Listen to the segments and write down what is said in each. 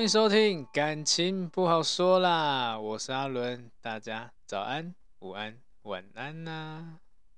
迎收听，感情不好说啦，我是阿伦，大家早安、午安、晚安呐、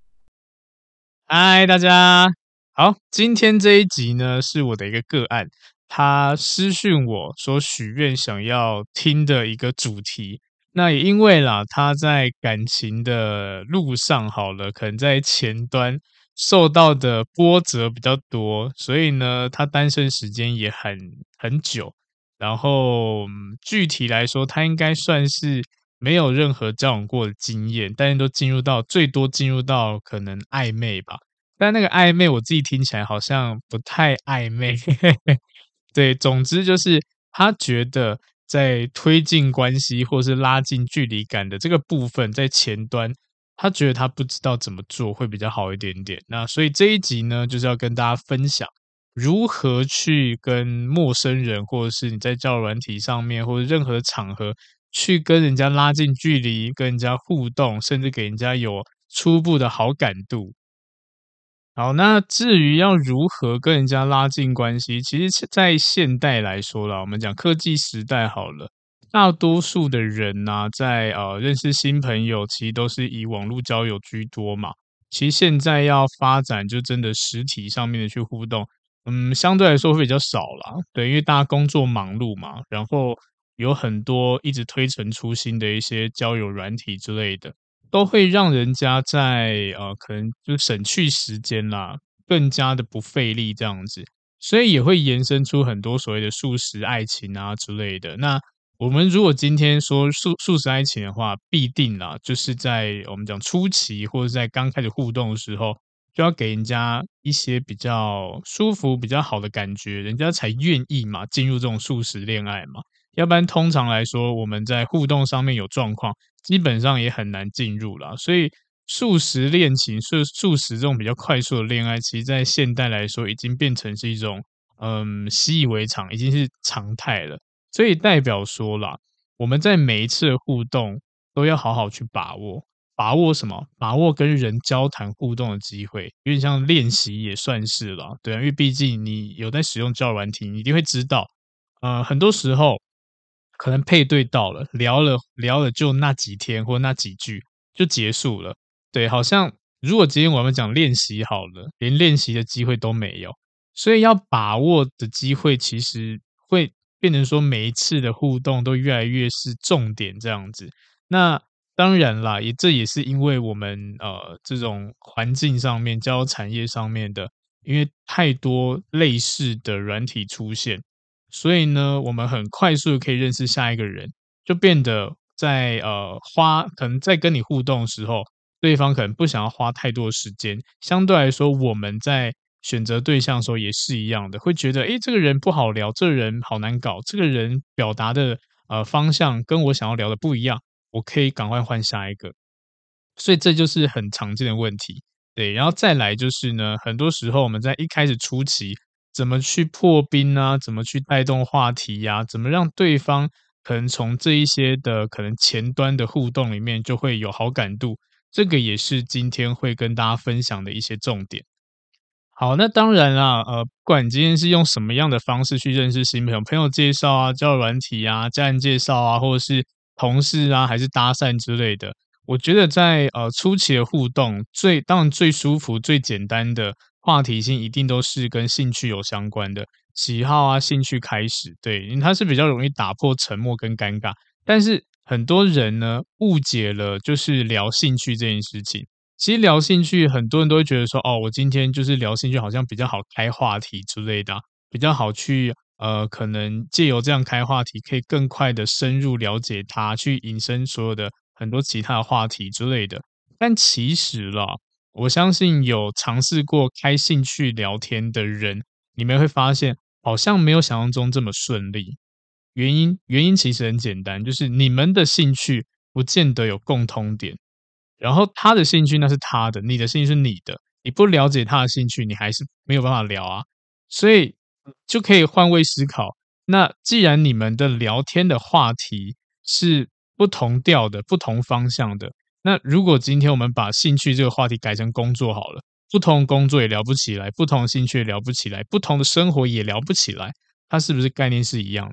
嗨，大家好，今天这一集呢是我的一个个案，他私讯我说许愿想要听的一个主题。那也因为啦，他在感情的路上好了，可能在前端受到的波折比较多，所以呢，他单身时间也很久。然后，具体来说，他应该算是没有任何交往过的经验，但是都最多进入到可能暧昧吧。但那个暧昧我自己听起来好像不太暧昧。对，总之就是他觉得在推进关系或是拉近距离感的这个部分，在前端，他觉得他不知道怎么做会比较好一点点。那所以这一集呢，就是要跟大家分享如何去跟陌生人，或者是你在交友软体上面，或者任何场合去跟人家拉近距离，跟人家互动，甚至给人家有初步的好感度。好，那至于要如何跟人家拉近关系，其实在现代来说啦，我们讲科技时代好了，大多数的人呐、在认识新朋友，其实都是以网络交友居多嘛。其实现在要发展，就真的实体上面的去互动，相对来说会比较少啦。对，因为大家工作忙碌嘛，然后有很多一直推陈出新的一些交友软体之类的。都会让人家在可能就省去时间啦，更加的不费力这样子，所以也会延伸出很多所谓的速食爱情啊之类的。那我们如果今天说速食爱情的话，必定啦，就是在我们讲初期或者在刚开始互动的时候，就要给人家一些比较舒服、比较好的感觉，人家才愿意嘛进入这种速食恋爱嘛。要不然通常来说，我们在互动上面有状况，基本上也很难进入啦。所以速食恋情、速食这种比较快速的恋爱，其实在现代来说已经变成是一种习以为常，已经是常态了。所以代表说啦，我们在每一次的互动都要好好去把握。把握什么？把握跟人交谈互动的机会，有点像练习也算是啦，对啊，因为毕竟你有在使用交友软体，你一定会知道，很多时候可能配对到了，聊了就那几天或那几句就结束了。对，好像如果今天我们讲练习好了，连练习的机会都没有，所以要把握的机会，其实会变成说每一次的互动都越来越是重点这样子。那当然啦，这也是因为我们这种环境上面、交友产业上面的，因为太多类似的软体出现，所以呢，我们很快速的可以认识下一个人，就变得在可能在跟你互动的时候，对方可能不想要花太多的时间，相对来说，我们在选择对象的时候也是一样的，会觉得诶这个人不好聊，这个人好难搞，这个人表达的方向跟我想要聊的不一样，我可以赶快换下一个。所以这就是很常见的问题。对，然后再来就是呢，很多时候我们在一开始初期，怎么去破冰啊，怎么去带动话题呀、怎么让对方可能从这一些的可能前端的互动里面就会有好感度，这个也是今天会跟大家分享的一些重点。好，那当然啦，不管你今天是用什么样的方式去认识新朋友，朋友介绍啊、交友软体啊、家人介绍啊，或者是同事啊，还是搭讪之类的，我觉得在初期的互动，当然最舒服、最简单的话题性，一定都是跟兴趣有相关的喜好啊、兴趣开始，对，因为它是比较容易打破沉默跟尴尬。但是很多人呢误解了，就是聊兴趣这件事情。其实聊兴趣，很多人都会觉得说，哦，我今天就是聊兴趣，好像比较好开话题之类的啊比较好去可能借由这样开话题，可以更快的深入了解他，去引申所有的很多其他的话题之类的。但其实啦，我相信有尝试过开兴趣聊天的人，你们会发现好像没有想象中这么顺利。原因其实很简单，就是你们的兴趣不见得有共通点。然后他的兴趣那是他的，你的兴趣是你的，你不了解他的兴趣，你还是没有办法聊啊。所以就可以换位思考，那既然你们的聊天的话题是不同调的、不同方向的，那如果今天我们把兴趣这个话题改成工作好了，不同工作也聊不起来，不同兴趣也聊不起来，不同的生活也聊不起来，它是不是概念是一样的？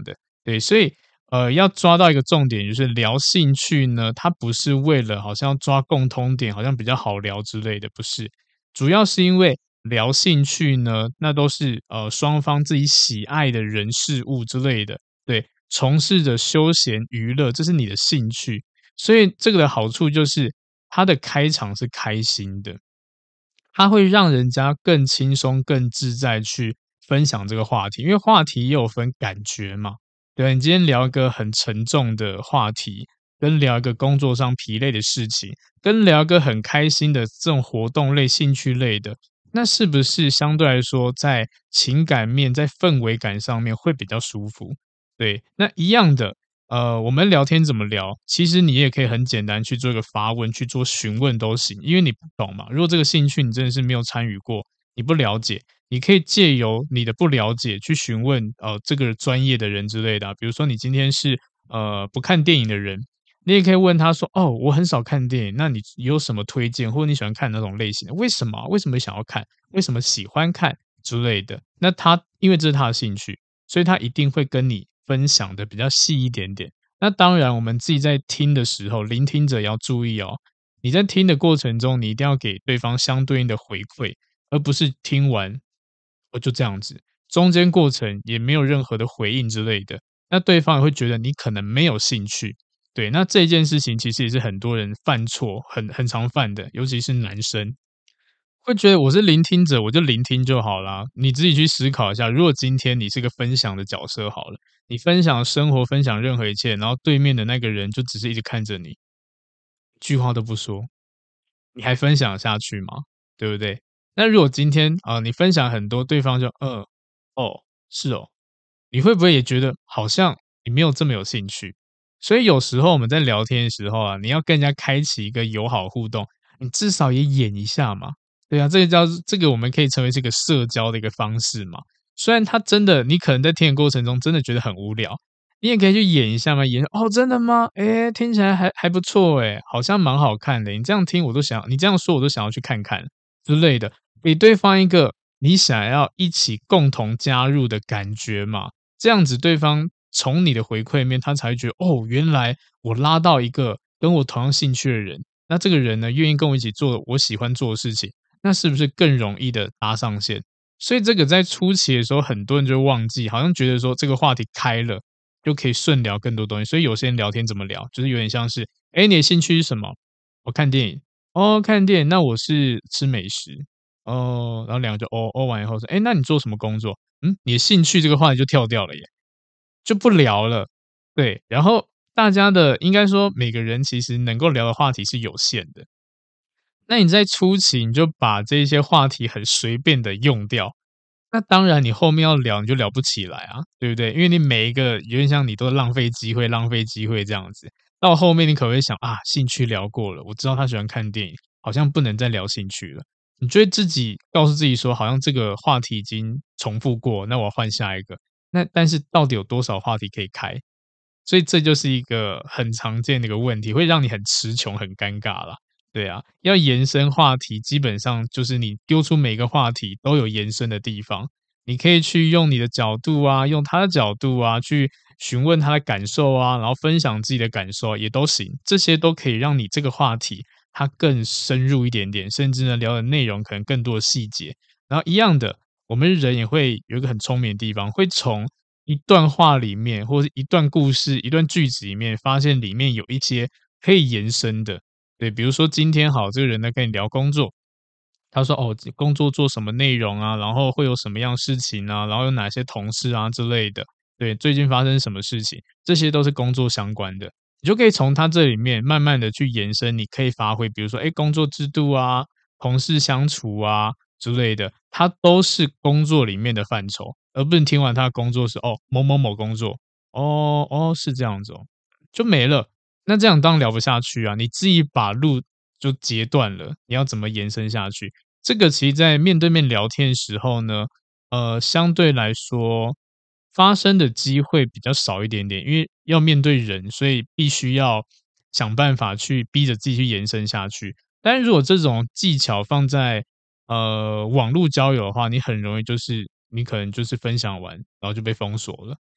对，所以要抓到一个重点，就是聊兴趣呢，它不是为了好像抓共通点，好像比较好聊之类的，不是。主要是因为聊兴趣呢，那都是双方自己喜爱的人事物之类的，对，从事着休闲娱乐，这是你的兴趣，所以这个的好处就是它的开场是开心的，它会让人家更轻松、更自在去分享这个话题，因为话题也有分感觉嘛。对，你今天聊一个很沉重的话题，跟聊一个工作上疲累的事情，跟聊一个很开心的这种活动类、兴趣类的，那是不是相对来说在情感面、在氛围感上面会比较舒服？对，那一样的，我们聊天怎么聊？其实你也可以很简单去做一个发问，去做询问都行，因为你不懂嘛。如果这个兴趣你真的是没有参与过，你不了解，你可以借由你的不了解去询问这个专业的人之类的啊比如说你今天是不看电影的人，你也可以问他说：“哦，我很少看电影，那你有什么推荐，或者你喜欢看哪种类型的？为什么啊为什么想要看？为什么喜欢看之类的？”那他因为这是他的兴趣，所以他一定会跟你分享的比较细一点点。那当然，我们自己在听的时候，聆听者也要注意哦。你在听的过程中，你一定要给对方相对应的回馈，而不是听完就这样子，中间过程也没有任何的回应之类的，那对方也会觉得你可能没有兴趣。对，那这件事情其实也是很多人犯错，很常犯的，尤其是男生。会觉得我是聆听者，我就聆听就好啦。你自己去思考一下，如果今天你是个分享的角色好了，你分享生活，分享任何一切，然后对面的那个人就只是一直看着你，一句话都不说，你还分享下去吗？对不对？那如果今天你分享很多，对方就哦是哦，你会不会也觉得好像你没有这么有兴趣？所以有时候我们在聊天的时候啊，你要跟人家开启一个友好互动，你至少也演一下嘛。对啊，这个我们可以称为这个社交的一个方式嘛。虽然他真的你可能在听的过程中真的觉得很无聊，你也可以去演一下嘛，演哦，真的吗？诶，听起来还不错诶，好像蛮好看的。你这样听我都想，你这样说我都想要去看看之类的，给对方一个你想要一起共同加入的感觉嘛。这样子对方从你的回馈面，他才会觉得哦，原来我拉到一个跟我同样兴趣的人，那这个人呢，愿意跟我一起做我喜欢做的事情，那是不是更容易的搭上线？所以这个在初期的时候，很多人就会忘记，好像觉得说这个话题开了，就可以顺聊更多东西。所以有些人聊天怎么聊，就是有点像是，哎，你的兴趣是什么？我看电影。哦，看电影，那我是吃美食。哦，然后两个就哦完以后说，哎，那你做什么工作？你的兴趣这个话题就跳掉了耶，就不聊了。对，然后大家的应该说每个人其实能够聊的话题是有限的。那你在初期你就把这些话题很随便的用掉，那当然你后面要聊你就聊不起来啊，对不对？因为你每一个有点像你都浪费机会，浪费机会这样子。到后面你可能会想啊，兴趣聊过了，我知道他喜欢看电影，好像不能再聊兴趣了。你就会自己告诉自己说，好像这个话题已经重复过，那我要换下一个。那但是到底有多少话题可以开？所以这就是一个很常见的一个问题，会让你很词穷、很尴尬啦。对啊，要延伸话题，基本上就是你丢出每个话题都有延伸的地方，你可以去用你的角度啊，用他的角度啊，去询问他的感受啊，然后分享自己的感受也都行，这些都可以让你这个话题它更深入一点点，甚至呢聊的内容可能更多的细节。然后一样的，我们人也会有一个很聪明的地方，会从一段话里面，或者是一段故事、一段句子里面，发现里面有一些可以延伸的。对，比如说今天好，这个人在跟你聊工作，他说：“哦，工作做什么内容啊，然后会有什么样事情啊，然后有哪些同事啊之类的。对，最近发生什么事情，这些都是工作相关的。你就可以从他这里面慢慢的去延伸，你可以发挥，比如说，哎，工作制度啊，同事相处啊之类的，它都是工作里面的范畴，而不是听完他的工作是哦某某某工作，是这样子哦，就没了。那这样当然聊不下去啊！你自己把路就截断了，你要怎么延伸下去？这个其实在面对面聊天的时候呢，相对来说发生的机会比较少一点点，因为要面对人，所以必须要想办法去逼着自己去延伸下去。但是如果这种技巧放在网络交友的话，你很容易就是你可能就是分享完，然后就被封锁了。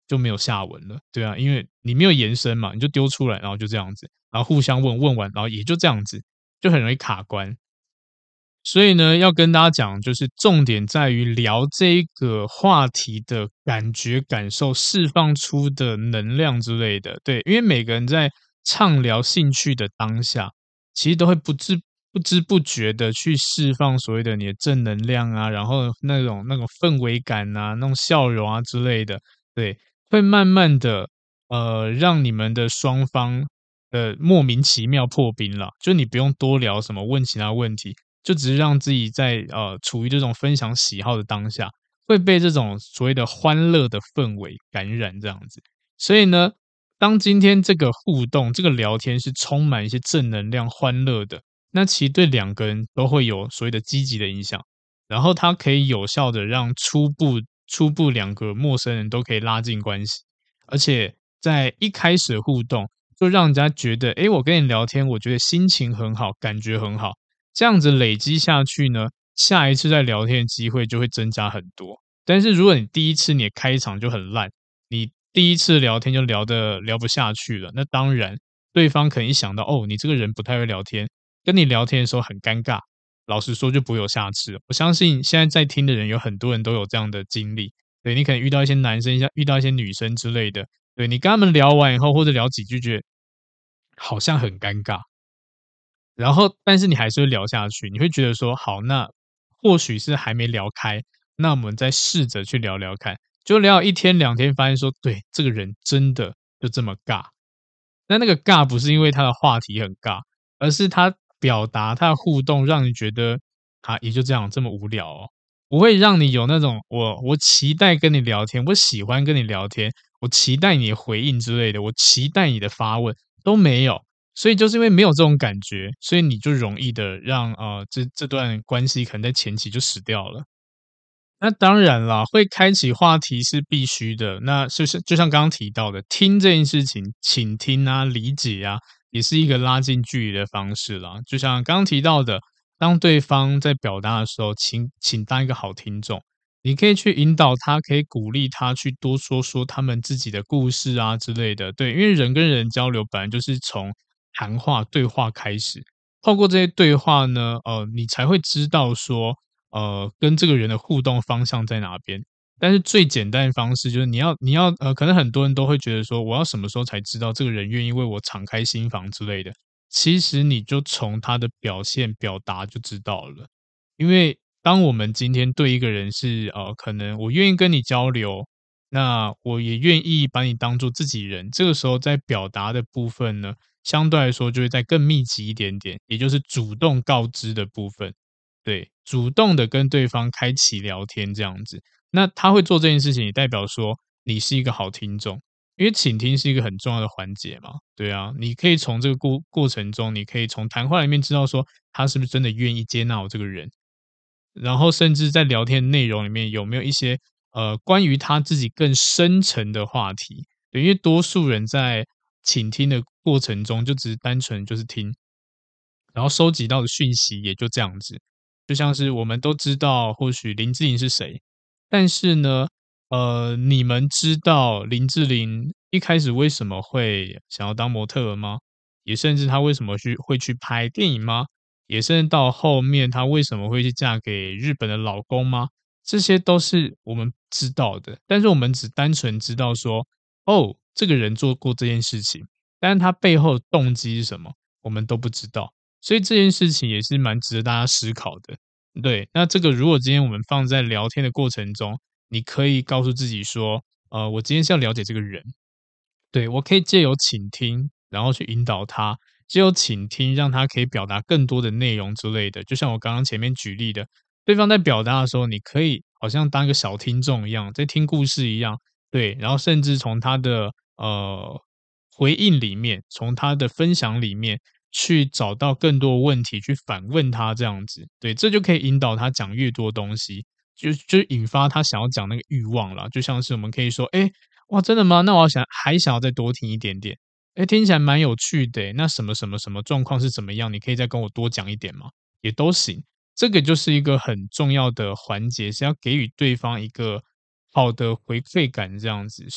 就没有下文了，对啊，因为你没有延伸嘛，你就丢出来，然后就这样子，然后互相问，问完然后也就这样子，就很容易卡关。所以呢，要跟大家讲，就是重点在于聊这个话题的感觉、感受，释放出的能量之类的。对，因为每个人在畅聊兴趣的当下，其实都会不知不觉的去释放所谓的你的正能量啊，然后那种氛围感啊，那种笑容啊之类的，对，会慢慢的让你们的双方莫名其妙破冰了，就你不用多聊什么，问其他问题。就只是让自己在处于这种分享喜好的当下，会被这种所谓的欢乐的氛围感染这样子。所以呢，当今天这个互动、这个聊天是充满一些正能量、欢乐的，那其实对两个人都会有所谓的积极的影响，然后它可以有效的让初步两个陌生人都可以拉近关系，而且在一开始的互动就让人家觉得，诶，我跟你聊天，我觉得心情很好，感觉很好。这样子累积下去呢，下一次再聊天的机会就会增加很多。但是如果你第一次你的开场就很烂，你第一次聊天就聊不下去了，那当然对方可能一想到哦，你这个人不太会聊天，跟你聊天的时候很尴尬，老实说就不会有下次了。我相信现在在听的人有很多人都有这样的经历，对你可能遇到一些男生，像遇到一些女生之类的，对你跟他们聊完以后，或者聊几句，觉得好像很尴尬，然后但是你还是会聊下去，你会觉得说，好，那或许是还没聊开，那我们再试着去聊聊看。就聊一天两天，发现说，对，这个人真的就这么尬。那个尬不是因为他的话题很尬，而是他表达他的互动，让你觉得啊，也就这样这么无聊哦，不会让你有那种我期待跟你聊天，我喜欢跟你聊天，我期待你的回应之类的，我期待你的发问都没有。所以就是因为没有这种感觉，所以你就容易的让这段关系可能在前期就死掉了。那当然啦，会开启话题是必须的。那就像刚刚提到的，听这件事情，倾听啊、理解啊，也是一个拉近距离的方式啦。就像刚刚提到的，当对方在表达的时候，请当一个好听众，你可以去引导他，可以鼓励他去多说说他们自己的故事啊之类的。对，因为人跟人交流本来就是从谈话、对话开始，透过这些对话呢，你才会知道说。跟这个人的互动方向在哪边。但是最简单的方式就是你要可能很多人都会觉得说，我要什么时候才知道这个人愿意为我敞开心房之类的。其实你就从他的表现表达就知道了。因为当我们今天对一个人是可能我愿意跟你交流，那我也愿意把你当做自己人。这个时候在表达的部分呢，相对来说就会再更密集一点点，也就是主动告知的部分。对，主动的跟对方开启聊天这样子。那他会做这件事情，也代表说你是一个好听众，因为倾听是一个很重要的环节嘛。对啊，你可以从这个过程中，你可以从谈话里面知道说他是不是真的愿意接纳我这个人，然后甚至在聊天内容里面有没有一些关于他自己更深层的话题。对，因为多数人在倾听的过程中，就只是单纯就是听，然后收集到的讯息也就这样子。就像是我们都知道，或许林志玲是谁，但是呢，你们知道林志玲一开始为什么会想要当模特儿吗？也甚至她为什么会去拍电影吗？也甚至到后面她为什么会去嫁给日本的老公吗？这些都是我们知道的，但是我们只单纯知道说，哦，这个人做过这件事情，但是他背后的动机是什么，我们都不知道。所以这件事情也是蛮值得大家思考的。对，那这个如果今天我们放在聊天的过程中，你可以告诉自己说，我今天是要了解这个人，对，我可以借由倾听，然后去引导他，借由倾听让他可以表达更多的内容之类的。就像我刚刚前面举例的，对方在表达的时候，你可以好像当一个小听众一样，在听故事一样，对，然后甚至从他的回应里面，从他的分享里面去找到更多问题，去反问他这样子，对，这就可以引导他讲越多东西，就引发他想要讲那个欲望了。就像是我们可以说，哎，哇，真的吗？那我还想要再多听一点点。哎，听起来蛮有趣的诶，那什么什么什么状况是怎么样？你可以再跟我多讲一点吗？也都行。这个就是一个很重要的环节，是要给予对方一个好的回馈感这样子。所以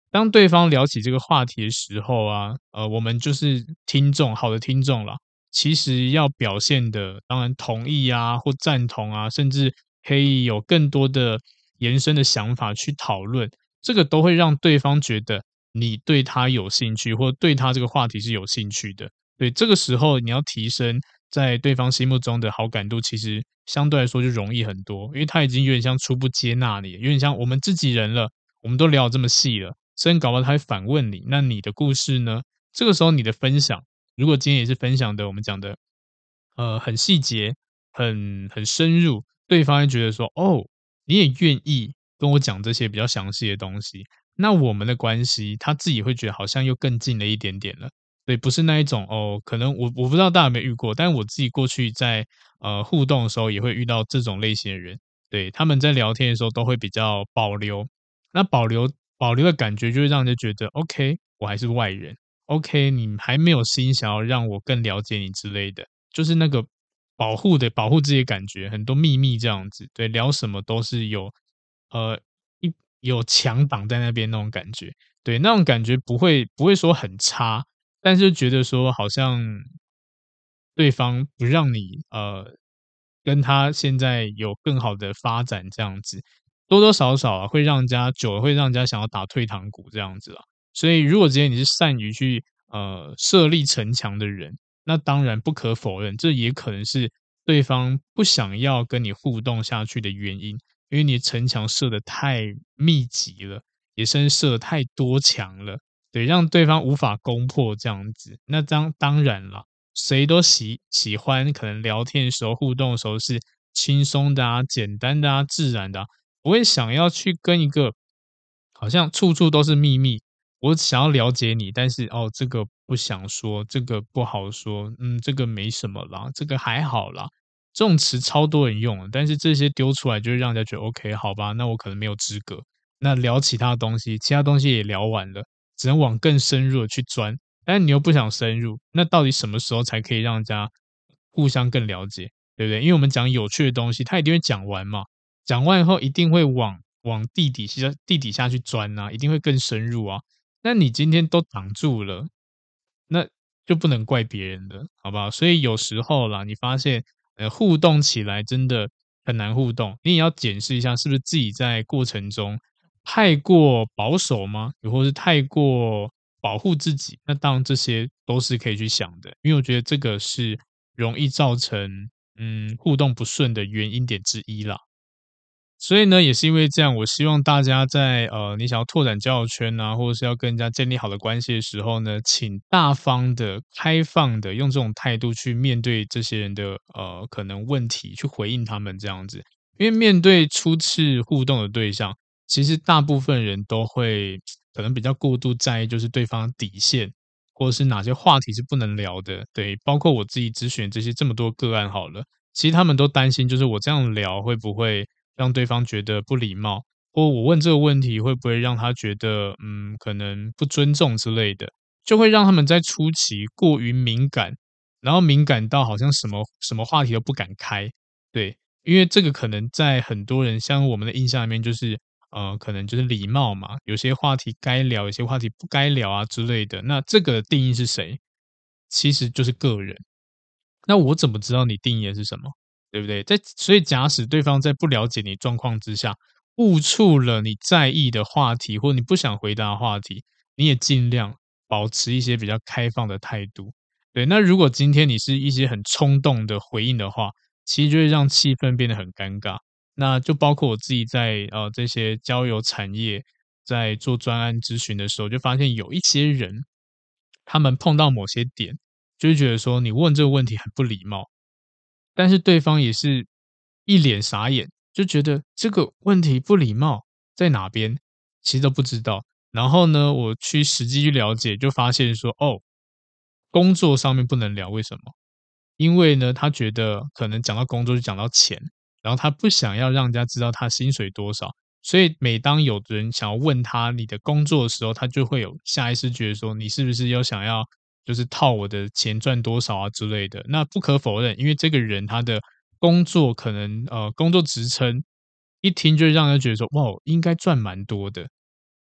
当对方聊起这个话题的时候啊，我们就是听众，好的听众啦，其实要表现的，当然同意啊，或赞同啊，甚至可以有更多的延伸的想法去讨论，这个都会让对方觉得你对他有兴趣，或对他这个话题是有兴趣的。对，这个时候你要提升在对方心目中的好感度，其实相对来说就容易很多，因为他已经有点像初步接纳你，有点像我们自己人了，我们都聊得这么细了，甚至搞不好他会反问你，那你的故事呢？这个时候你的分享，如果今天也是分享的我们讲的，很细节、很深入，对方会觉得说，哦，你也愿意跟我讲这些比较详细的东西，那我们的关系他自己会觉得好像又更近了一点点了。对，不是那一种哦，可能我不知道大家有没有遇过，但是我自己过去在互动的时候也会遇到这种类型的人，对，他们在聊天的时候都会比较保留，那保留的感觉就会让人家觉得，OK，我还是外人，OK，你还没有心想要让我更了解你之类的，就是那个保护自己的感觉，很多秘密这样子，对，聊什么都是呃有墙挡在那边那种感觉，对，那种感觉不会说很差，但是觉得说好像对方不让你跟他现在有更好的发展这样子，多多少少啊会让人家久了会让人家想要打退堂鼓这样子啊。所以如果今天你是善于去设立城墙的人，那当然不可否认，这也可能是对方不想要跟你互动下去的原因，因为你的城墙设的太密集了，也甚至设得太多墙了。对，让对方无法攻破这样子。那当然了，谁都喜欢可能聊天的时候、互动的时候是轻松的啊、简单的啊、自然的啊，不会想要去跟一个好像处处都是秘密，我想要了解你，但是哦，这个不想说，这个不好说，这个没什么啦，这个还好啦。这种词超多人用的，但是这些丢出来就会让人家觉得 OK，好吧，那我可能没有资格。那聊其他东西，其他东西也聊完了，只能往更深入的去钻。但是你又不想深入，那到底什么时候才可以让人家互相更了解，对不对？因为我们讲有趣的东西，他一定会讲完嘛，讲完以后一定会往地底下去钻啊，一定会更深入啊。那你今天都挡住了，那就不能怪别人了，好不好？所以有时候啦，你发现互动起来真的很难互动，你也要检视一下，是不是自己在过程中太过保守吗？又或是太过保护自己？那当然这些都是可以去想的，因为我觉得这个是容易造成互动不顺的原因点之一啦。所以呢，也是因为这样，我希望大家在你想要拓展交友圈啊，或者是要跟人家建立好的关系的时候呢，请大方的、开放的，用这种态度去面对这些人的可能问题，去回应他们这样子。因为面对初次互动的对象，其实大部分人都会可能比较过度在意，就是对方底线，或者是哪些话题是不能聊的。对，包括我自己咨询这些这么多个案好了。其实他们都担心，就是我这样聊会不会让对方觉得不礼貌，或我问这个问题会不会让他觉得，可能不尊重之类的，就会让他们在初期过于敏感，然后敏感到好像什么什么话题都不敢开。对，因为这个可能在很多人像我们的印象里面，就是可能就是礼貌嘛，有些话题该聊，有些话题不该聊啊之类的。那这个定义是谁？其实就是个人。那我怎么知道你定义的是什么？对不对？所以假使对方在不了解你状况之下，误触了你在意的话题，或你不想回答的话题，你也尽量保持一些比较开放的态度。对，那如果今天你是一些很冲动的回应的话，其实就会让气氛变得很尴尬。那就包括我自己在这些交友产业在做专案咨询的时候，就发现有一些人，他们碰到某些点，就会觉得说你问这个问题很不礼貌，但是对方也是一脸傻眼，就觉得这个问题不礼貌在哪边，其实都不知道。然后呢，我去实际去了解，就发现说，哦，工作上面不能聊，为什么？因为呢，他觉得可能讲到工作就讲到钱，然后他不想要让人家知道他薪水多少，所以每当有人想要问他你的工作的时候，他就会有下意识觉得说你是不是又想要就是套我的钱赚多少啊之类的。那不可否认，因为这个人他的工作可能工作职称一听就让人觉得说哇应该赚蛮多的，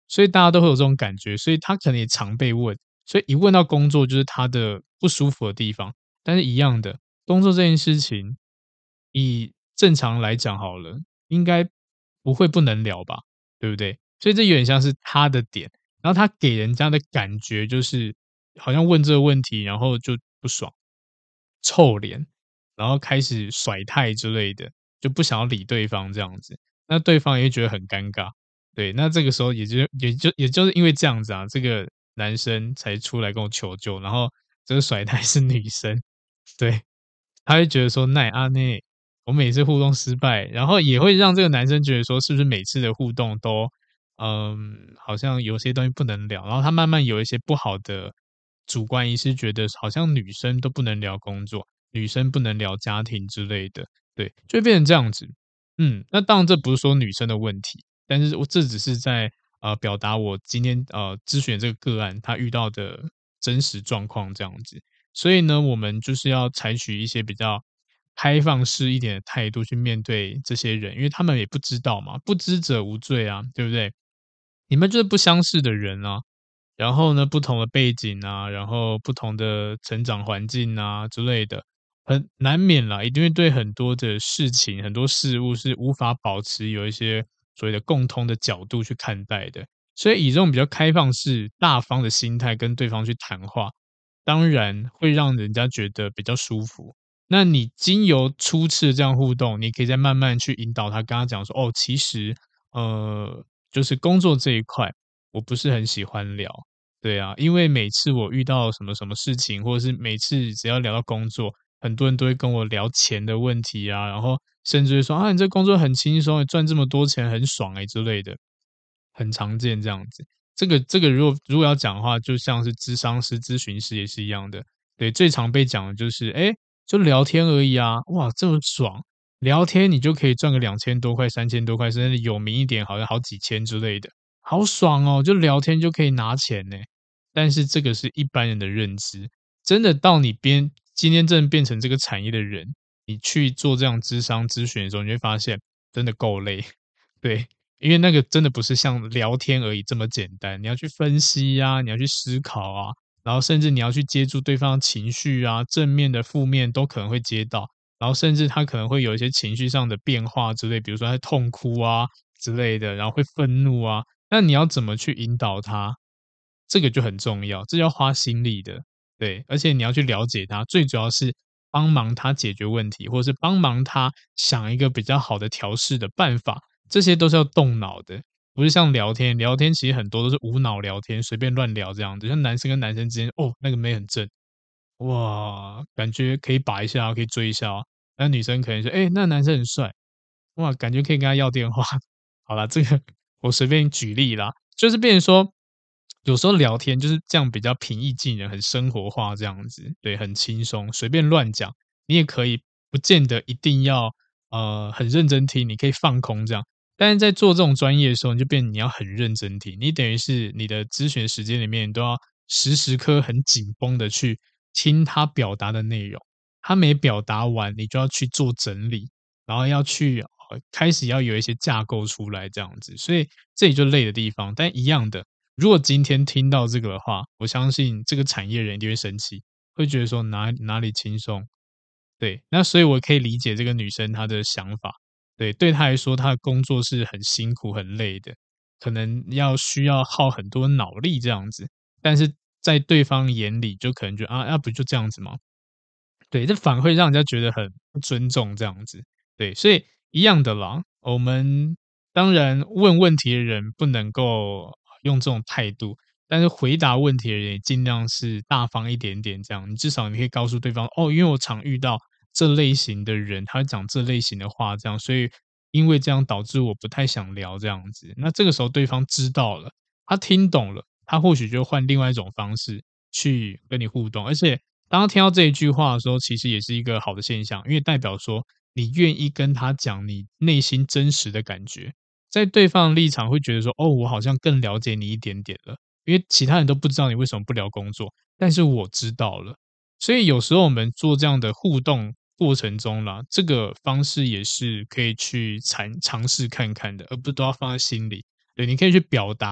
所以大家都会有这种感觉，所以他可能也常被问，所以一问到工作就是他的不舒服的地方。但是一样的，工作这件事情，以正常来讲好了，应该不会不能聊吧，对不对？所以这有点像是他的点，然后他给人家的感觉就是好像问这个问题，然后就不爽，臭脸，然后开始甩态之类的，就不想要理对方这样子，那对方也会觉得很尴尬。对，那这个时候也就是因为这样子啊，这个男生才出来跟我求救，然后这个甩态是女生，对，他会觉得说奈阿内，我每次互动失败，然后也会让这个男生觉得说，是不是每次的互动都，好像有些东西不能聊，然后他慢慢有一些不好的主观意识，觉得好像女生都不能聊工作，女生不能聊家庭之类的，对，就会变成这样子。那当然这不是说女生的问题，但是我这只是在表达我今天咨询的这个个案他遇到的真实状况这样子。所以呢，我们就是要采取一些比较开放式一点的态度去面对这些人，因为他们也不知道嘛，不知者无罪啊，对不对？你们就是不相识的人啊，然后呢，不同的背景啊，然后不同的成长环境啊之类的，很难免啦，一定会对很多的事情、很多事物是无法保持有一些所谓的共通的角度去看待的。所以以这种比较开放式、大方的心态跟对方去谈话，当然会让人家觉得比较舒服。那你经由初次这样互动，你可以再慢慢去引导他，跟他讲说：“哦，其实，就是工作这一块，我不是很喜欢聊。对啊，因为每次我遇到什么什么事情，或者是每次只要聊到工作，很多人都会跟我聊钱的问题啊，然后甚至会说：“啊，你这工作很轻松，赚这么多钱很爽欸之类的。”很常见这样子。这个如果要讲的话，就像是咨商师、咨询师也是一样的。对，最常被讲的就是，哎，就聊天而已啊，哇，这么爽，聊天你就可以赚个2000多块、3000多块，甚至有名一点，好像好几千之类的，好爽哦，就聊天就可以拿钱呢。但是这个是一般人的认知，真的到你今天真的变成这个产业的人，你去做这样咨商咨询的时候，你会发现真的够累。对，因为那个真的不是像聊天而已这么简单，你要去分析呀，你要去思考啊，然后甚至你要去接住对方的情绪啊，正面的、负面都可能会接到，然后甚至他可能会有一些情绪上的变化之类，比如说他痛哭啊之类的，然后会愤怒啊，那你要怎么去引导他？这个就很重要，这要花心力的，对，而且你要去了解他，最主要是帮忙他解决问题，或者是帮忙他想一个比较好的调试的办法，这些都是要动脑的，不是像聊天，聊天其实很多都是无脑聊天，随便乱聊这样子，像男生跟男生之间，哦，那个妹很正，哇，感觉可以把一下哦，可以追一下哦，那女生可能说，哎，那男生很帅，哇，感觉可以跟他要电话。好啦，这个我随便举例啦，就是变成说，有时候聊天就是这样比较平易近人，很生活化这样子，对，很轻松，随便乱讲，你也可以不见得一定要很认真听，你可以放空这样。但是在做这种专业的时候，你就变你要很认真听，你等于是你的咨询时间里面，你都要时时刻很紧绷的去听他表达的内容，他没表达完，你就要去做整理，然后要去开始要有一些架构出来这样子，所以这里就累的地方。但一样的，如果今天听到这个的话，我相信这个产业人一定会生气，会觉得说哪里轻松。对，那所以我可以理解这个女生她的想法。对，对她来说，她的工作是很辛苦、很累的，可能需要耗很多脑力这样子。但是在对方眼里，就可能觉得啊，那不就这样子吗？对，这反而会让人家觉得很不尊重这样子。对，所以一样的啦，我们当然问问题的人不能够用这种态度，但是回答问题的人也尽量是大方一点点这样，你至少你可以告诉对方，哦，因为我常遇到这类型的人，他讲这类型的话这样，所以因为这样导致我不太想聊这样子。那这个时候对方知道了，他听懂了，他或许就换另外一种方式去跟你互动，而且当他听到这一句话的时候，其实也是一个好的现象，因为代表说你愿意跟他讲你内心真实的感觉，在对方的立场会觉得说，哦，我好像更了解你一点点了，因为其他人都不知道你为什么不聊工作，但是我知道了。所以有时候我们做这样的互动过程中啦，这个方式也是可以去尝试看看的，而不是都要放在心里。对，你可以去表达，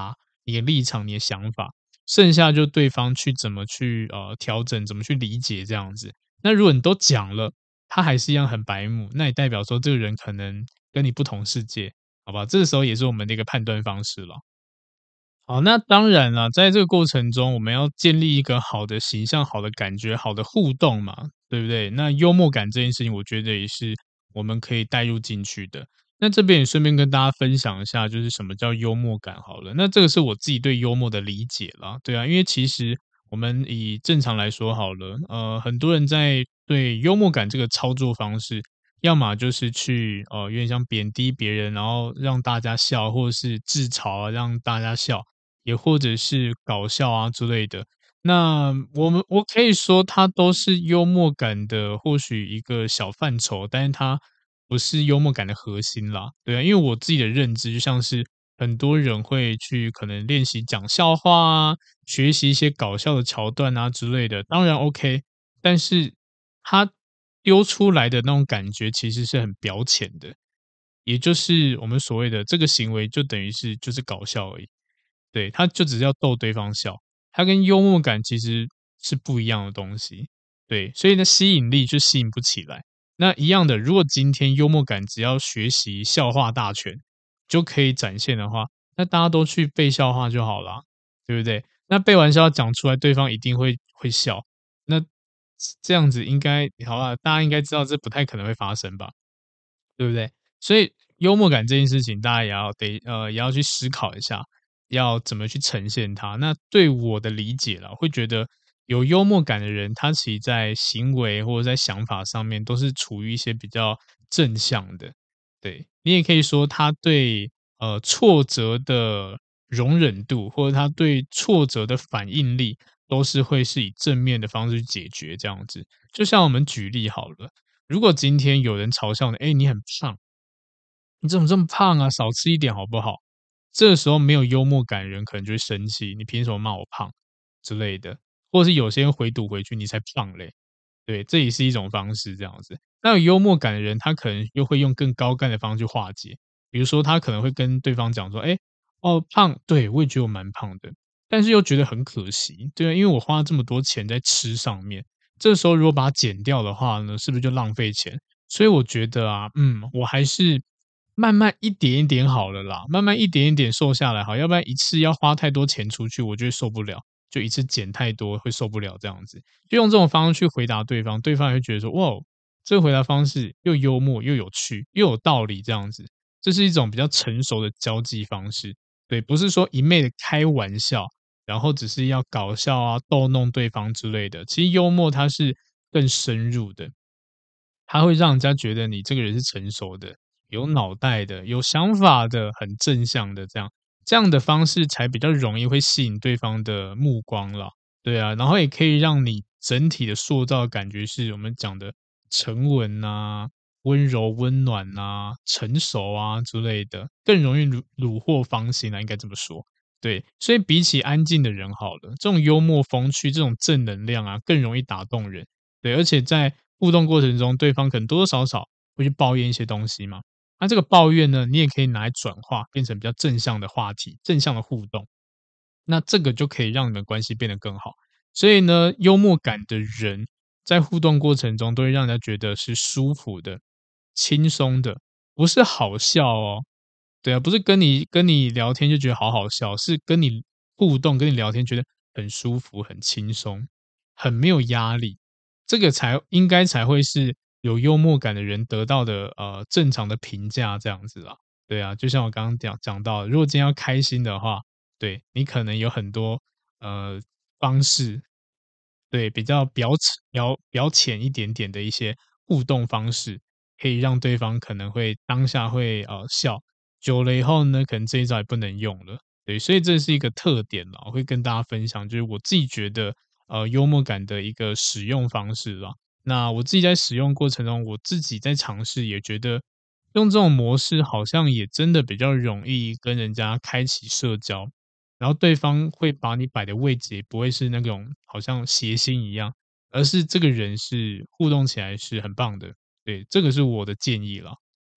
你的立场、你的想法，剩下就对方去怎么去调整，怎么去理解这样子。那如果你都讲了，他还是一样很白目，那也代表说这个人可能跟你不同世界，好吧？这个时候也是我们的一个判断方式了。好，那当然了，在这个过程中，我们要建立一个好的形象、好的感觉、好的互动嘛，对不对？那幽默感这件事情，我觉得也是我们可以带入进去的。那这边也顺便跟大家分享一下，就是什么叫幽默感好了。那这个是我自己对幽默的理解啦，对啊，因为其实我们以正常来说好了，很多人在对幽默感这个操作方式，要么就是去有点像贬低别人，然后让大家笑，或者是自嘲啊，让大家笑。也或者是搞笑啊之类的。那我可以说它都是幽默感的或许一个小范畴，但是它不是幽默感的核心啦，对啊。因为我自己的认知就像是很多人会去可能练习讲笑话啊，学习一些搞笑的桥段啊之类的，当然 OK，但是他丢出来的那种感觉其实是很表浅的，也就是我们所谓的这个行为就等于是就是搞笑而已。对，他就只是要逗对方笑，他跟幽默感其实是不一样的东西。对，所以呢，吸引力就吸引不起来。那一样的，如果今天幽默感只要学习笑话大全就可以展现的话，那大家都去背笑话就好了，对不对？那背完笑话讲出来，对方一定会笑。那这样子应该好吧？大家应该知道这不太可能会发生吧？对不对？所以幽默感这件事情，大家也要去思考一下，要怎么去呈现它。那对我的理解啦，会觉得有幽默感的人，他其实在行为或者在想法上面都是处于一些比较正向的。对，你也可以说他对挫折的容忍度，或者他对挫折的反应力，都是会是以正面的方式去解决这样子。就像我们举例好了。如果今天有人嘲笑你，哎，你很胖，你怎么这么胖啊？少吃一点好不好？这个时候没有幽默感的人可能就会生气，你凭什么骂我胖之类的，或者是有些人回堵回去，你才胖嘞。对，这也是一种方式，这样子。那有幽默感的人，他可能又会用更高干的方式去化解，比如说他可能会跟对方讲说，哎，哦，胖，对我也觉得我蛮胖的，但是又觉得很可惜，对啊，因为我花了这么多钱在吃上面，这时候如果把它减掉的话呢，是不是就浪费钱？所以我觉得啊，我还是慢慢一点一点好了啦，慢慢一点一点瘦下来好，要不然一次要花太多钱出去，我就会受不了，就一次减太多会受不了这样子。就用这种方式去回答对方，对方也会觉得说，哇，这个回答方式又幽默又有趣又有道理，这样子，这是一种比较成熟的交际方式。对，不是说一昧的开玩笑，然后只是要搞笑啊、逗弄对方之类的。其实幽默它是更深入的，它会让人家觉得你这个人是成熟的、有脑袋的、有想法的、很正向的这样。这样的方式才比较容易会吸引对方的目光啦。对啊，然后也可以让你整体的塑造的感觉是我们讲的沉稳啊、温柔、温暖啊、成熟啊之类的，更容易虏获芳心啊，应该这么说。对，所以比起安静的人好了，这种幽默风趣、这种正能量啊，更容易打动人。对，而且在互动过程中，对方可能多多少少会去抱怨一些东西嘛。那这个抱怨呢，你也可以拿来转化，变成比较正向的话题、正向的互动。那这个就可以让你们关系变得更好。所以呢，幽默感的人在互动过程中都会让人家觉得是舒服的、轻松的，不是好笑哦。对啊，不是跟你聊天就觉得好好笑，是跟你互动、跟你聊天觉得很舒服、很轻松、很没有压力，这个应该才会是有幽默感的人得到的正常的评价这样子啦。对啊，就像我刚刚讲到的，如果今天要开心的话，对，你可能有很多方式，对，比较表浅一点点的一些互动方式，可以让对方可能会当下会笑，久了以后呢，可能这一招也不能用了。对，所以这是一个特点啦，我会跟大家分享，就是我自己觉得幽默感的一个使用方式啦。那我自己在使用过程中，我自己在尝试，也觉得用这种模式好像也真的比较容易跟人家开启社交，然后对方会把你摆的位置也不会是那种好像谐星一样，而是这个人是互动起来是很棒的。对，这个是我的建议啦。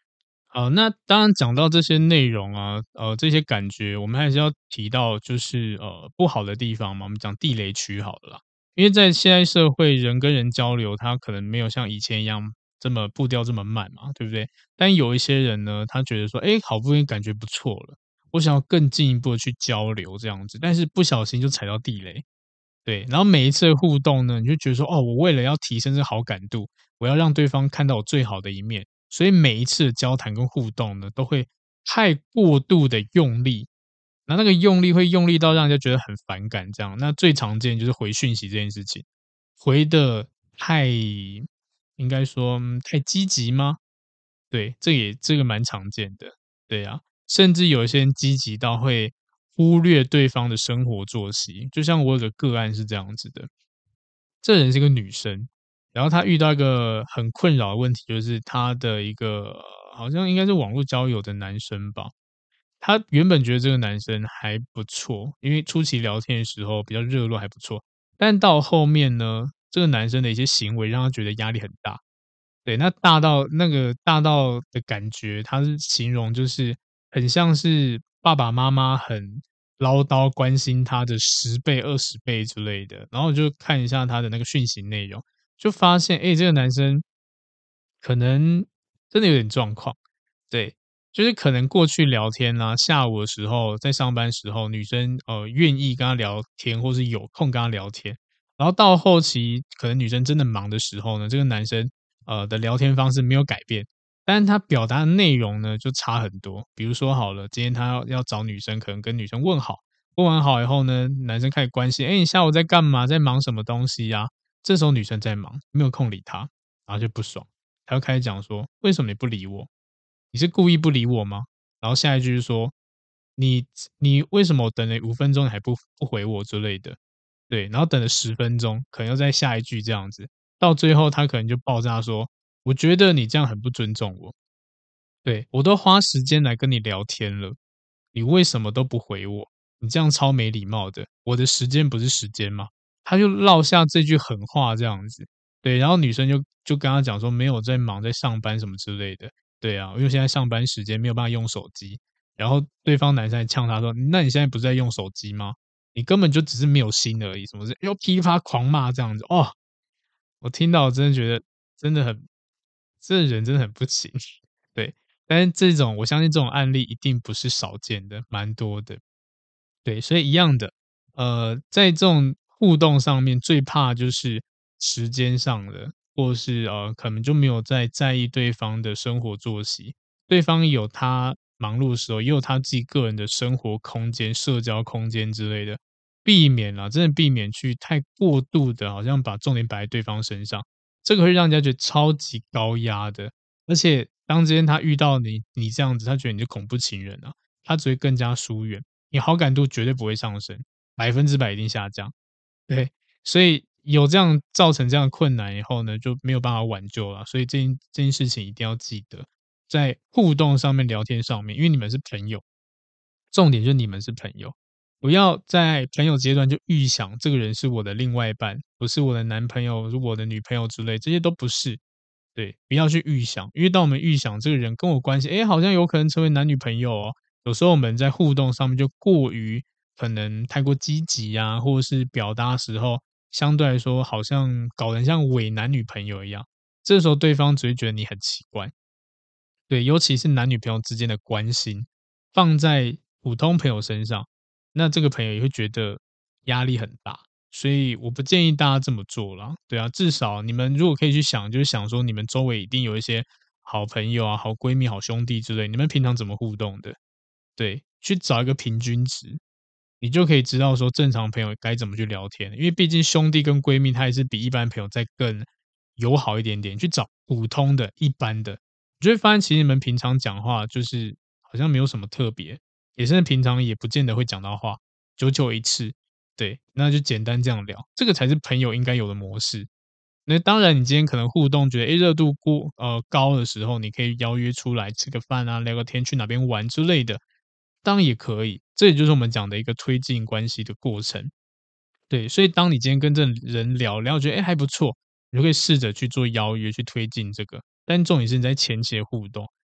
好，那当然讲到这些内容啊，这些感觉，我们还是要提到就是不好的地方嘛。我们讲地雷区好了啦，因为在现在社会，人跟人交流，他可能没有像以前一样这么步调这么慢嘛，对不对？但有一些人呢，他觉得说，哎，好不容易感觉不错了，我想要更进一步的去交流这样子，但是不小心就踩到地雷，对，然后每一次的互动呢，你就觉得说，哦，我为了要提升这个好感度，我要让对方看到我最好的一面，所以每一次的交谈跟互动呢，都会太过度的用力，那个用力会用力到让人家觉得很反感，这样。那最常见就是回讯息这件事情，回的太应该说太积极吗？对，这个蛮常见的，对啊，甚至有一些人积极到会忽略对方的生活作息，就像我有个个案是这样子的，这人是个女生，然后她遇到一个很困扰的问题，就是她的一个好像应该是网络交友的男生吧，她原本觉得这个男生还不错，因为初期聊天的时候比较热络还不错，但到后面呢，这个男生的一些行为让她觉得压力很大。对，那个大到的感觉，他是形容就是很像是爸爸妈妈很唠叨关心他的10倍、20倍之类的。然后我就看一下他的那个讯息内容，就发现，哎，这个男生可能真的有点状况。对，就是可能过去聊天啊，下午的时候在上班时候，女生愿意跟他聊天，或是有空跟他聊天。然后到后期，可能女生真的忙的时候呢，这个男生的聊天方式没有改变，但是他表达的内容呢就差很多。比如说好了，今天他要找女生，可能跟女生问好，问完好以后呢，男生开始关心，哎，你下午在干嘛？在忙什么东西呀？这时候女生在忙，没有空理他，然后就不爽，他就开始讲说，为什么你不理我？你是故意不理我吗？然后下一句是说，你你为什么我等了5分钟你还不回我之类的？对，然后等了10分钟，可能又再下一句这样子，到最后他可能就爆炸说：“我觉得你这样很不尊重我。”对，我都花时间来跟你聊天了，你为什么都不回我？你这样超没礼貌的，我的时间不是时间吗？他就落下这句狠话这样子，对，然后女生就跟他讲说没有在忙，在上班什么之类的，对啊，因为现在上班时间没有办法用手机，然后对方男生还呛他说：“那你现在不是在用手机吗？你根本就只是没有心而已，什么是又噼啪狂骂这样子。”哦，我听到我真的觉得真的很这人真的很不行，对。但是这种我相信这种案例一定不是少见的，蛮多的。对，所以一样的，在这种互动上面，最怕就是时间上的，或是可能就没有在意对方的生活作息。对方有他忙碌的时候，也有他自己个人的生活空间、社交空间之类的，避免啊，真的避免去太过度的，好像把重点摆在对方身上，这个会让人家觉得超级高压的。而且当今天他遇到你这样子，他觉得你是恐怖情人啊，他只会更加疏远。你好感度绝对不会上升，100%一定下降。对，所以有这样造成这样的困难以后呢，就没有办法挽救了。所以这件事情一定要记得，在互动上面、聊天上面，因为你们是朋友，重点就是你们是朋友，不要在朋友阶段就预想这个人是我的另外一半，不是我的男朋友，是我的女朋友之类，这些都不是。对，不要去预想，因为当我们预想这个人跟我关系，诶，好像有可能成为男女朋友哦。有时候我们在互动上面就过于可能太过积极啊，或者是表达的时候，相对来说好像搞得像伪男女朋友一样，这时候对方只会觉得你很奇怪。对，尤其是男女朋友之间的关心，放在普通朋友身上，那这个朋友也会觉得压力很大，所以我不建议大家这么做啦。对啊，至少你们如果可以去想，就是想说你们周围一定有一些好朋友啊、好闺蜜、好兄弟之类，你们平常怎么互动的？对，去找一个平均值，你就可以知道说正常朋友该怎么去聊天。因为毕竟兄弟跟闺蜜，他也是比一般朋友再更友好一点点。去找普通的、一般的，你就会发现其实你们平常讲话就是好像没有什么特别，也甚至平常也不见得会讲到话，久久一次，对，那就简单这样聊，这个才是朋友应该有的模式。那当然，你今天可能互动觉得，诶，热度高的时候，你可以邀约出来吃个饭啊，聊个天，去哪边玩之类的，当然也可以。这也就是我们讲的一个推进关系的过程。对，所以当你今天跟这人聊，聊觉得，诶，还不错，你就可以试着去做邀约，去推进这个。但重点是你在前期的互动，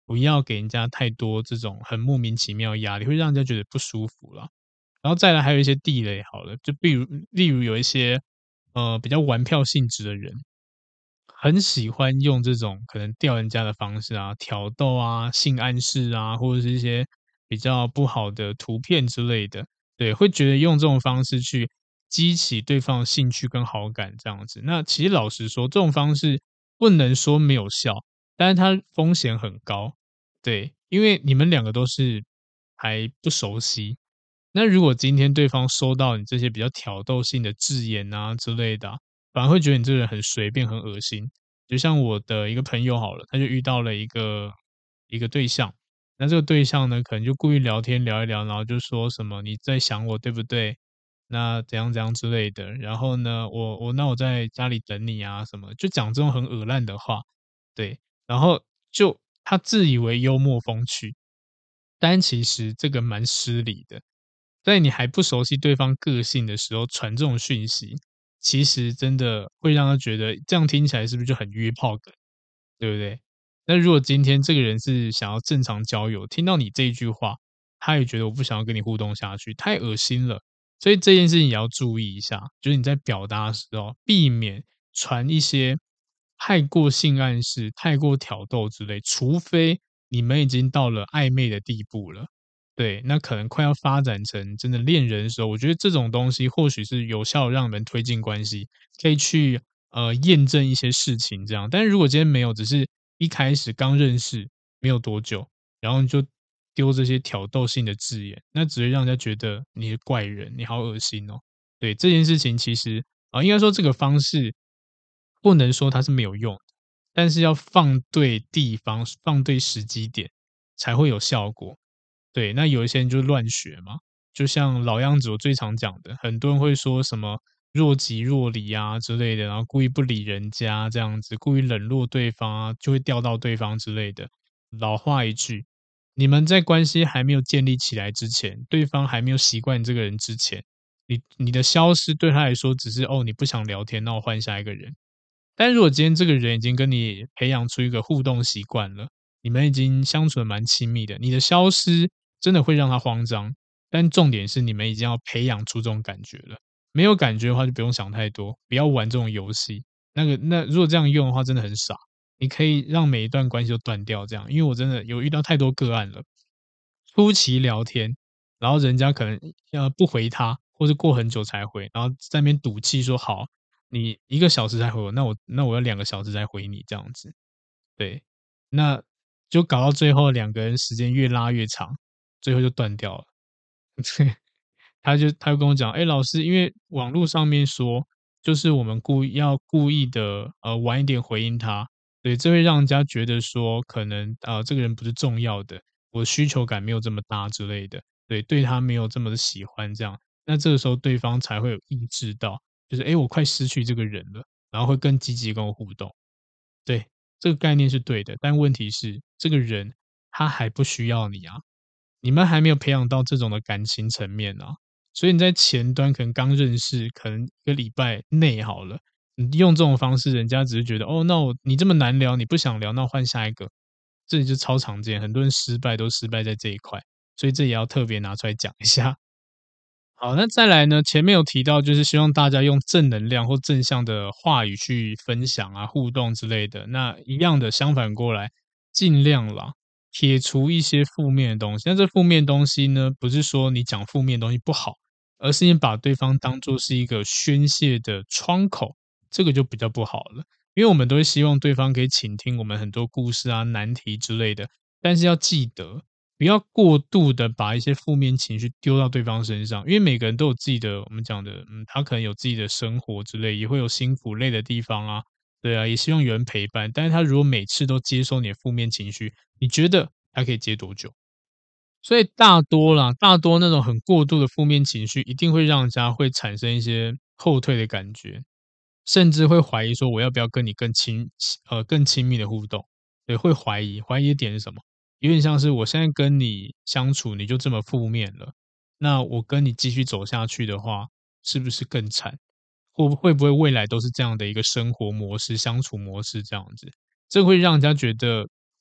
不要给人家太多这种很莫名其妙的压力，会让人家觉得不舒服啦。然后再来还有一些地雷好了，就例如有一些，比较玩票性质的人，很喜欢用这种可能吊人家的方式啊，挑逗啊、性暗示啊，或者是一些比较不好的图片之类的，对，会觉得用这种方式去激起对方的兴趣跟好感这样子。那其实老实说，这种方式不能说没有效，但是它风险很高，对，因为你们两个都是还不熟悉。那如果今天对方收到你这些比较挑逗性的字眼啊之类的啊反而会觉得你这个人很随便、很恶心。就像我的一个朋友好了，他就遇到了一个对象，那这个对象呢，可能就故意聊天聊一聊，然后就说什么“你在想我对不对？那怎样怎样之类的。”然后呢，我在家里等你啊什么，就讲这种很恶烂的话，对，然后就他自以为幽默风趣，但其实这个蛮失礼的。在你还不熟悉对方个性的时候传这种讯息，其实真的会让他觉得这样听起来是不是就很约炮梗，对不对？那如果今天这个人是想要正常交友，听到你这一句话，他也觉得我不想要跟你互动下去，太恶心了。所以这件事情也要注意一下，就是你在表达的时候，避免传一些太过性暗示、太过挑逗之类，除非你们已经到了暧昧的地步了。对，那可能快要发展成真的恋人的时候，我觉得这种东西或许是有效地让你们推进关系，可以去验证一些事情这样。但是如果今天没有，只是一开始刚认识没有多久，然后你就丢这些挑逗性的字眼，那只会让人家觉得你是怪人，你好恶心哦。对这件事情，其实应该说这个方式不能说它是没有用，但是要放对地方、放对时机点才会有效果。对，那有一些人就乱学嘛，就像老样子，我最常讲的，很多人会说什么若即若离啊之类的，然后故意不理人家这样子，故意冷落对方啊，就会钓到对方之类的。老话一句，你们在关系还没有建立起来之前，对方还没有习惯你这个人之前，你的消失对他来说只是哦，你不想聊天，那我换下一个人。但如果今天这个人已经跟你培养出一个互动习惯了，你们已经相处的蛮亲密的，你的消失真的会让他慌张。但重点是你们已经要培养出这种感觉了，没有感觉的话就不用想太多，不要玩这种游戏。那如果这样用的话，真的很傻。你可以让每一段关系都断掉，这样，因为我真的有遇到太多个案了。初期聊天，然后人家可能不回他，或是过很久才回，然后在那边赌气说好，你1个小时才回我，那我要2个小时才回你这样子。对，那就搞到最后两个人时间越拉越长，最后就断掉了。对，他就跟我讲，哎，老师，因为网络上面说，就是我们故意的晚一点回应他，对，这会让人家觉得说，可能这个人不是重要的，我需求感没有这么大之类的，对，对他没有这么的喜欢这样，那这个时候对方才会有意识到，就是哎，诶我快失去这个人了，然后会更积极地跟我互动。对，这个概念是对的，但问题是这个人他还不需要你啊，你们还没有培养到这种的感情层面啊，所以你在前端可能刚认识，可能1个礼拜内好了，你用这种方式，人家只是觉得哦，你这么难聊，你不想聊，那我换下一个，这里就超常见，很多人失败都失败在这一块，所以这也要特别拿出来讲一下。好，那再来呢？前面有提到，就是希望大家用正能量或正向的话语去分享啊、互动之类的。那一样的，相反过来，尽量啦，撇除一些负面的东西。那这负面东西呢，不是说你讲负面东西不好，而是你把对方当做是一个宣泄的窗口，这个就比较不好了。因为我们都会希望对方可以倾听我们很多故事啊、难题之类的，但是要记得，不要过度的把一些负面情绪丢到对方身上，因为每个人都有自己的我们讲的，他可能有自己的生活之类，也会有辛苦累的地方啊，对啊，也希望有人陪伴。但是他如果每次都接收你的负面情绪，你觉得他可以接多久？所以大多那种很过度的负面情绪，一定会让人家会产生一些后退的感觉，甚至会怀疑说我要不要跟你更亲密的互动？对，会怀疑的点是什么？有点像是我现在跟你相处，你就这么负面了，那我跟你继续走下去的话，是不是更惨？会不会未来都是这样的一个生活模式、相处模式这样子？这会让人家觉得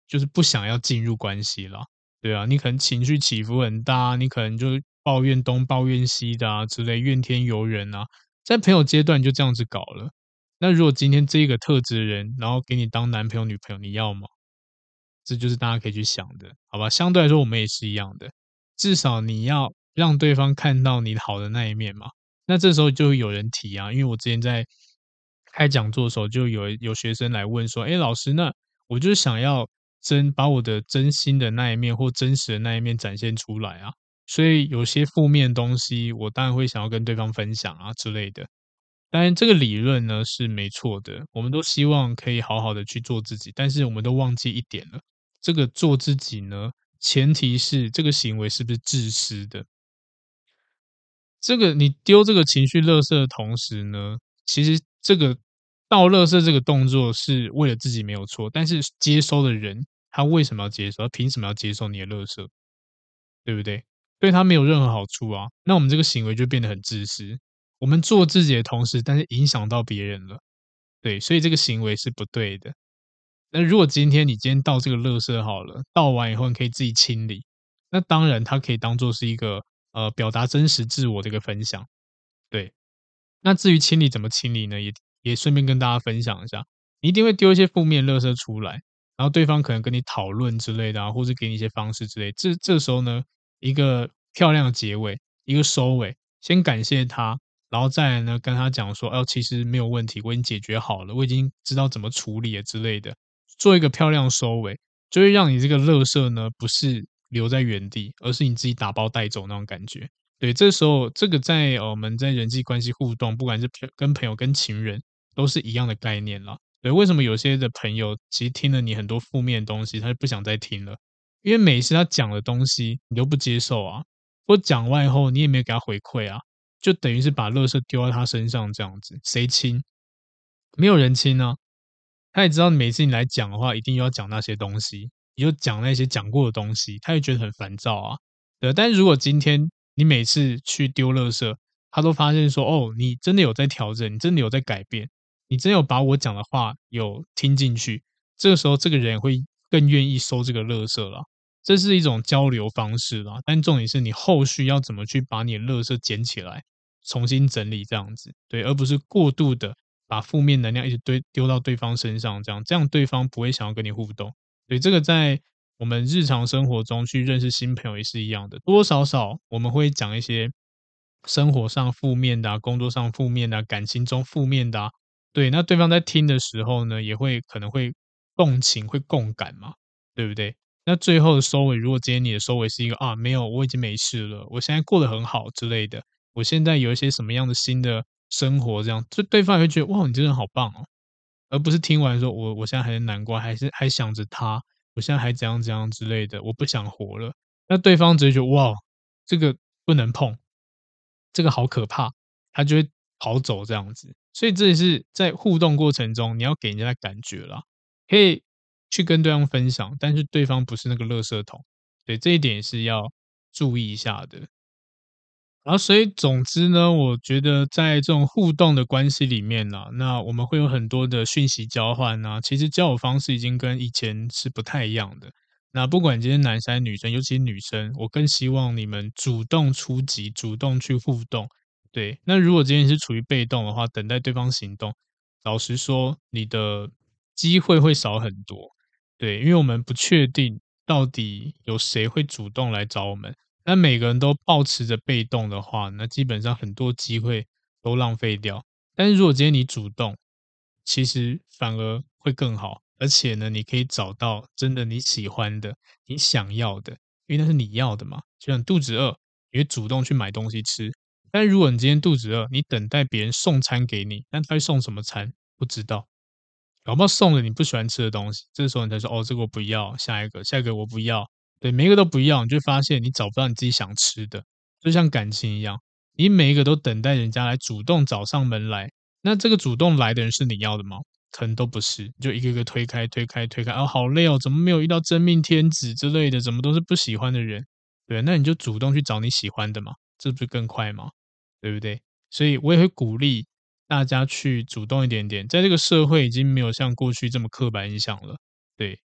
就是不想要进入关系啦。对啊，你可能情绪起伏很大啊，你可能就抱怨东抱怨西的啊之类，怨天尤人啊，在朋友阶段就这样子搞了。那如果今天这一个特质的人，然后给你当男朋友、女朋友，你要吗？这就是大家可以去想的，好吧？相对来说，我们也是一样的，至少你要让对方看到你好的那一面嘛。那这时候就会有人提啊，因为我之前在开讲座的时候，就有学生来问说："哎，老师，那我就是想要把我的真心的那一面或真实的那一面展现出来啊，所以有些负面的东西，我当然会想要跟对方分享啊之类的。"当然，这个理论呢是没错的，我们都希望可以好好的去做自己，但是我们都忘记一点了，这个做自己呢，前提是这个行为是不是自私的。这个你丢这个情绪垃圾的同时呢，其实这个倒垃圾这个动作是为了自己没有错，但是接收的人他为什么要接受？他凭什么要接受你的垃圾？对不对？对他没有任何好处啊，那我们这个行为就变得很自私。我们做自己的同时，但是影响到别人了，对，所以这个行为是不对的。那如果今天倒这个垃圾好了，倒完以后你可以自己清理，那当然它可以当做是一个表达真实自我的一个分享，对。那至于清理怎么清理呢？也顺便跟大家分享一下，你一定会丢一些负面垃圾出来，然后对方可能跟你讨论之类的啊，或是给你一些方式之类。这时候呢，一个漂亮的结尾，一个收尾，先感谢他，然后再来呢跟他讲说，哦，其实没有问题，我已经解决好了，我已经知道怎么处理了之类的，做一个漂亮收尾，就会让你这个垃圾呢不是留在原地，而是你自己打包带走那种感觉。对，这时候这个在我们在人际关系互动，不管是跟朋友、跟情人，都是一样的概念啦。对，为什么有些的朋友其实听了你很多负面的东西，他就不想再听了？因为每一次他讲的东西你都不接受啊，或讲完以后你也没有给他回馈啊，就等于是把垃圾丢在他身上这样子，谁亲？没有人亲啊。他也知道每次你来讲的话，一定要讲那些东西，你就讲那些讲过的东西，他也觉得很烦躁啊。对，但是如果今天你每次去丢垃圾，他都发现说，哦，你真的有在调整，你真的有在改变，你真有把我讲的话有听进去，这个时候这个人会更愿意收这个垃圾了。这是一种交流方式啦，但重点是你后续要怎么去把你的垃圾捡起来，重新整理这样子，对，而不是过度的把负面能量一直丢到对方身上，这样对方不会想要跟你互动。对，这个在我们日常生活中去认识新朋友也是一样的，多多少少我们会讲一些生活上负面的啊，工作上负面的啊，感情中负面的啊，对，那对方在听的时候呢，也会可能会共情、会共感嘛，对不对？那最后的收尾，如果今天你的收尾是一个啊，没有，我已经没事了，我现在过得很好之类的，我现在有一些什么样的新的生活，这样，就对方也会觉得哇，你真的好棒哦，而不是听完说我现在还在难过，还想着他，我现在还怎样怎样之类的，我不想活了。那对方只会觉得哇，这个不能碰，这个好可怕，他就会跑走这样子。所以这也是在互动过程中，你要给人家的感觉啦，可以去跟对方分享，但是对方不是那个垃圾桶，对，这一点也是要注意一下的。然后所以总之呢，我觉得在这种互动的关系里面呢，那我们会有很多的讯息交换啊，其实交友方式已经跟以前是不太一样的。那不管今天男生还是女生，尤其是女生，我更希望你们主动出击，主动去互动。对，那如果今天是处于被动的话，等待对方行动，老实说，你的机会会少很多。对，因为我们不确定到底有谁会主动来找我们。那每个人都抱持着被动的话，那基本上很多机会都浪费掉。但是如果今天你主动，其实反而会更好，而且呢，你可以找到真的你喜欢的、你想要的，因为那是你要的嘛。就像肚子饿，你会主动去买东西吃。但如果你今天肚子饿，你等待别人送餐给你，那他会送什么餐？不知道。搞不好送了你不喜欢吃的东西，这时候你才说：“哦，这个我不要，下一个，下一个我不要。”对，每一个都不要，你就会发现你找不到你自己想吃的，就像感情一样，你每一个都等待人家来主动找上门来，那这个主动来的人是你要的吗？可能都不是，就一个个推开、推开、推开，哦，好累哦，怎么没有遇到真命天子之类的？怎么都是不喜欢的人？对，那你就主动去找你喜欢的嘛，这不是更快吗？对不对？所以我也会鼓励大家去主动一点点，在这个社会已经没有像过去这么刻板印象了，对，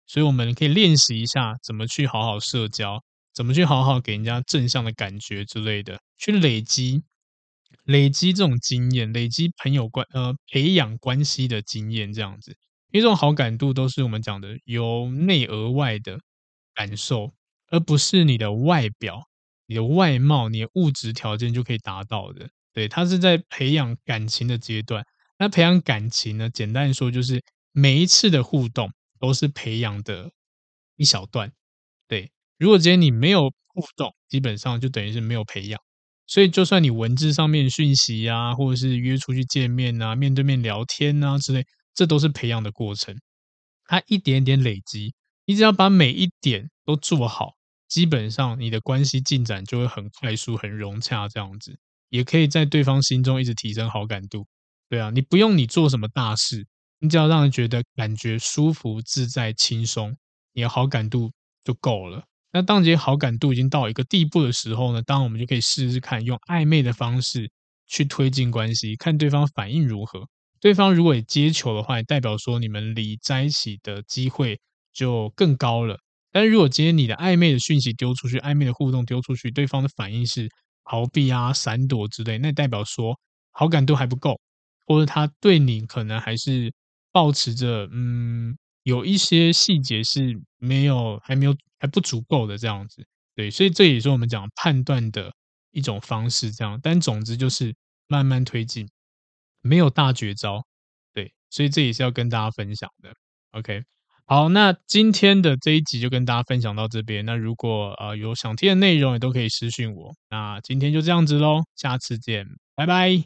所以我们可以练习一下怎么去好好社交，怎么去好好给人家正向的感觉之类的，去累积这种经验，累积培养关系的经验这样子。因为这种好感度都是我们讲的由内而外的感受，而不是你的外表、你的外貌、你的物质条件就可以达到的。对，它是在培养感情的阶段。那培养感情呢，简单说就是每一次的互动都是培养的一小段。对，如果今天你没有互动，基本上就等于是没有培养。所以就算你文字上面讯息啊，或者是约出去见面啊，面对面聊天啊之类，这都是培养的过程。它一点点累积，你只要把每一点都做好，基本上你的关系进展就会很快速、很融洽这样子，也可以在对方心中一直提升好感度。对啊，你不用你做什么大事，你只要让人觉得感觉舒服、自在、轻松，你的好感度就够了。那当这些好感度已经到一个地步的时候呢，当然我们就可以试试看用暧昧的方式去推进关系，看对方反应如何。对方如果也接球的话，也代表说你们离在一起的机会就更高了。但是如果今天你的暧昧的讯息丢出去，暧昧的互动丢出去，对方的反应是逃避啊、闪躲之类，那代表说好感度还不够，或者他对你可能还是抱持着有一些细节是还不足够的这样子。对，所以这也是我们讲判断的一种方式，这样。但总之就是慢慢推进，没有大绝招。对，所以这也是要跟大家分享的。OK，好，那今天的这一集就跟大家分享到这边。那如果有想听的内容，也都可以私讯我。那今天就这样子喽，下次见，拜拜。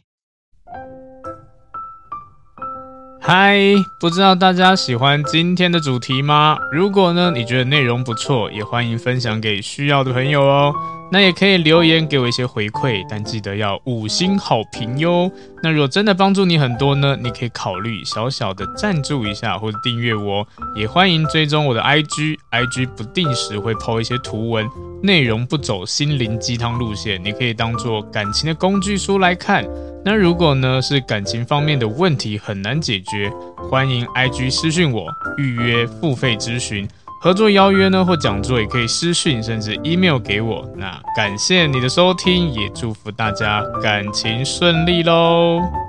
嗨，不知道大家喜欢今天的主题吗？如果呢，你觉得内容不错，也欢迎分享给需要的朋友哦。那也可以留言给我一些回馈，但记得要5星好评哟。那如果真的帮助你很多呢，你可以考虑小小的赞助一下或者订阅我，也欢迎追踪我的 IG 不定时会 po 一些图文，内容不走心灵鸡汤路线，你可以当做感情的工具书来看。那如果呢是感情方面的问题很难解决，欢迎 IG 私讯我预约付费咨询，合作邀约呢或讲座也可以私讯甚至 email 给我。那感谢你的收听，也祝福大家感情顺利咯。